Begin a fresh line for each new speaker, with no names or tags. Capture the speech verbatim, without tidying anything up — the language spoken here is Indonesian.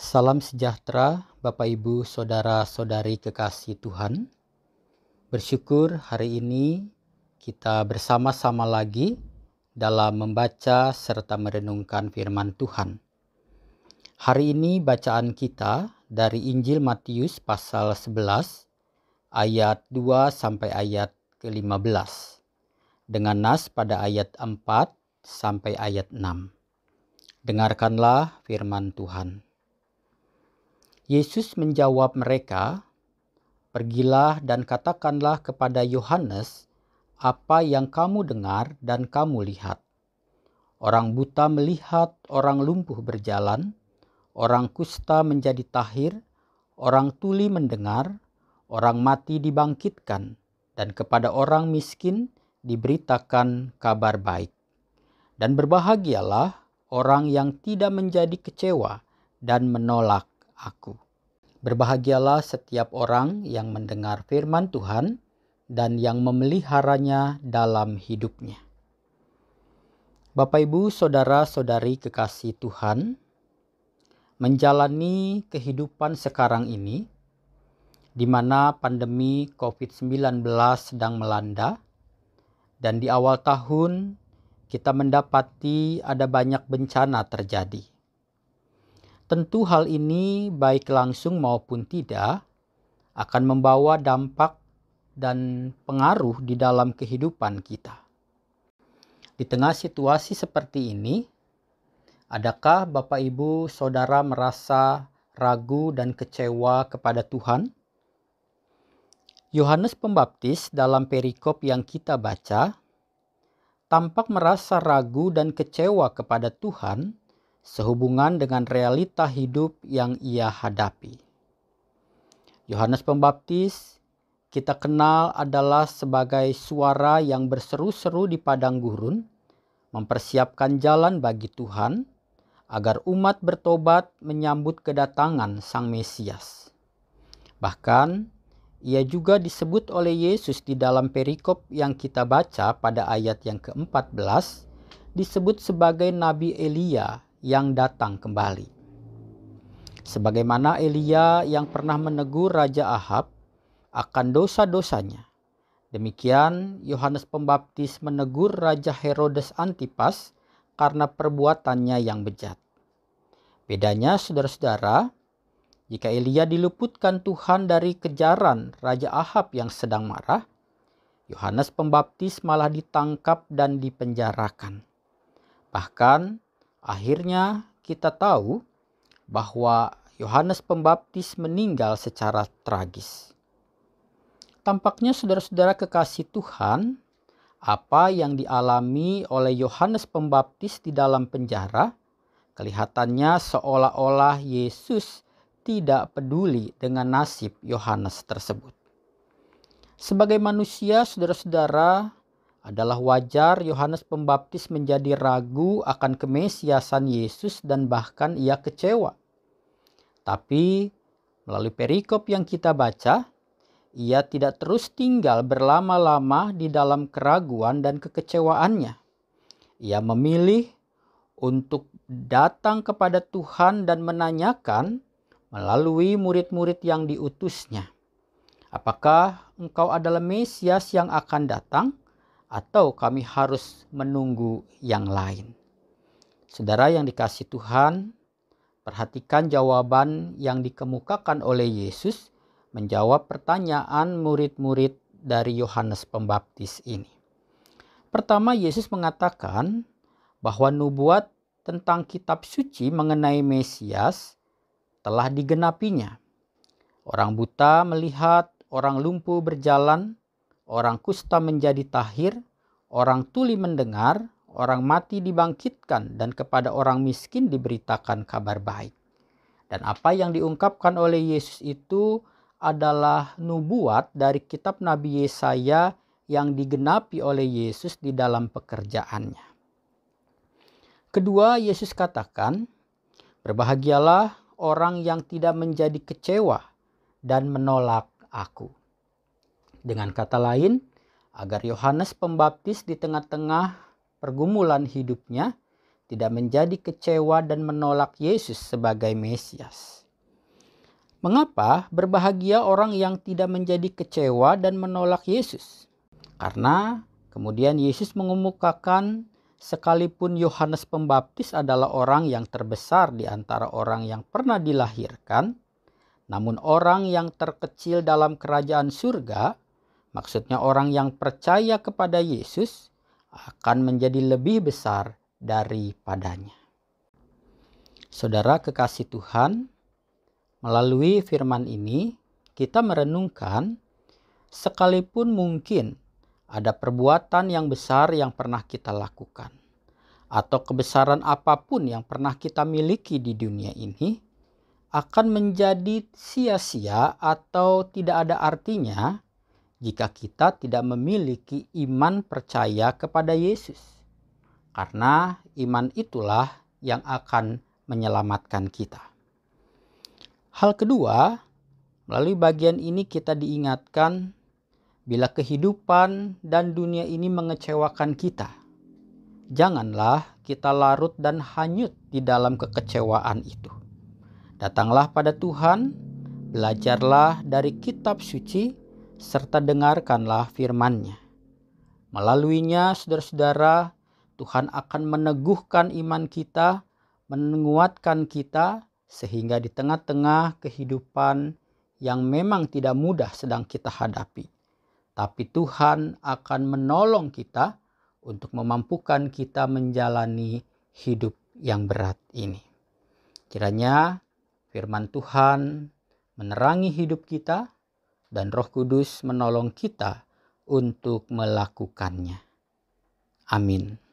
Salam sejahtera Bapak Ibu Saudara-saudari kekasih Tuhan. Bersyukur hari ini kita bersama-sama lagi dalam membaca serta merenungkan firman Tuhan. Hari ini bacaan kita dari Injil Matius pasal sebelas ayat dua sampai ayat ke lima belas dengan nas pada ayat empat sampai ayat enam. Dengarkanlah firman Tuhan. Yesus menjawab mereka, "Pergilah dan katakanlah kepada Yohanes apa yang kamu dengar dan kamu lihat. Orang buta melihat, orang lumpuh berjalan, orang kusta menjadi tahir, orang tuli mendengar, orang mati dibangkitkan, dan kepada orang miskin diberitakan kabar baik. Dan berbahagialah orang yang tidak menjadi kecewa dan menolak Aku. Berbahagialah setiap orang yang mendengar firman Tuhan dan yang memeliharanya dalam hidupnya." Bapak Ibu Saudara-saudari kekasih Tuhan, menjalani kehidupan sekarang ini di mana pandemi covid sembilan belas sedang melanda, dan di awal tahun kita mendapati ada banyak bencana terjadi. Tentu hal ini baik langsung maupun tidak akan membawa dampak dan pengaruh di dalam kehidupan kita. Di tengah situasi seperti ini, adakah Bapak Ibu Saudara merasa ragu dan kecewa kepada Tuhan? Yohanes Pembaptis dalam perikop yang kita baca tampak merasa ragu dan kecewa kepada Tuhan sehubungan dengan realita hidup yang ia hadapi. Yohanes Pembaptis kita kenal adalah sebagai suara yang berseru-seru di padang gurun, mempersiapkan jalan bagi Tuhan agar umat bertobat menyambut kedatangan Sang Mesias. Bahkan ia juga disebut oleh Yesus di dalam perikop yang kita baca pada ayat yang keempat belas, disebut sebagai Nabi Elia yang datang kembali. Sebagaimana Elia yang pernah menegur Raja Ahab akan dosa-dosanya, demikian Yohanes Pembaptis menegur Raja Herodes Antipas karena perbuatannya yang bejat. Bedanya saudara-saudara, jika Elia diluputkan Tuhan dari kejaran Raja Ahab yang sedang marah, Yohanes Pembaptis malah ditangkap dan dipenjarakan. Bahkan akhirnya kita tahu bahwa Yohanes Pembaptis meninggal secara tragis. Tampaknya saudara-saudara kekasih Tuhan, apa yang dialami oleh Yohanes Pembaptis di dalam penjara, kelihatannya seolah-olah Yesus tidak peduli dengan nasib Yohanes tersebut. Sebagai manusia, saudara-saudara, adalah wajar Yohanes Pembaptis menjadi ragu akan kemesiasan Yesus dan bahkan ia kecewa. Tapi melalui perikop yang kita baca, ia tidak terus tinggal berlama-lama di dalam keraguan dan kekecewaannya. Ia memilih untuk datang kepada Tuhan dan menanyakan melalui murid-murid yang diutusnya, "Apakah engkau adalah Mesias yang akan datang? Atau kami harus menunggu yang lain?" Saudara yang dikasihi Tuhan, perhatikan jawaban yang dikemukakan oleh Yesus menjawab pertanyaan murid-murid dari Yohanes Pembaptis ini. Pertama, Yesus mengatakan bahwa nubuat tentang kitab suci mengenai Mesias telah digenapinya. Orang buta melihat, orang lumpuh berjalan, orang kusta menjadi tahir, orang tuli mendengar, orang mati dibangkitkan, dan kepada orang miskin diberitakan kabar baik. Dan apa yang diungkapkan oleh Yesus itu adalah nubuat dari kitab Nabi Yesaya yang digenapi oleh Yesus di dalam pekerjaannya. Kedua, Yesus katakan, "Berbahagialah orang yang tidak menjadi kecewa dan menolak Aku." Dengan kata lain, agar Yohanes Pembaptis di tengah-tengah pergumulan hidupnya tidak menjadi kecewa dan menolak Yesus sebagai Mesias. Mengapa berbahagia orang yang tidak menjadi kecewa dan menolak Yesus? Karena kemudian Yesus mengemukakan sekalipun Yohanes Pembaptis adalah orang yang terbesar di antara orang yang pernah dilahirkan, namun orang yang terkecil dalam kerajaan surga, maksudnya orang yang percaya kepada Yesus, akan menjadi lebih besar daripadanya. Saudara kekasih Tuhan, melalui firman ini kita merenungkan sekalipun mungkin ada perbuatan yang besar yang pernah kita lakukan atau kebesaran apapun yang pernah kita miliki di dunia ini akan menjadi sia-sia atau tidak ada artinya jika kita tidak memiliki iman percaya kepada Yesus. Karena iman itulah yang akan menyelamatkan kita. Hal kedua, melalui bagian ini kita diingatkan bila kehidupan dan dunia ini mengecewakan kita, janganlah kita larut dan hanyut di dalam kekecewaan itu. Datanglah pada Tuhan, belajarlah dari kitab suci, serta dengarkanlah firman-Nya. Melaluinya, saudara-saudara, Tuhan akan meneguhkan iman kita, menguatkan kita, sehingga di tengah-tengah kehidupan yang memang tidak mudah sedang kita hadapi, tapi Tuhan akan menolong kita untuk memampukan kita menjalani hidup yang berat ini. Kiranya firman Tuhan menerangi hidup kita dan Roh Kudus menolong kita untuk melakukannya. Amin.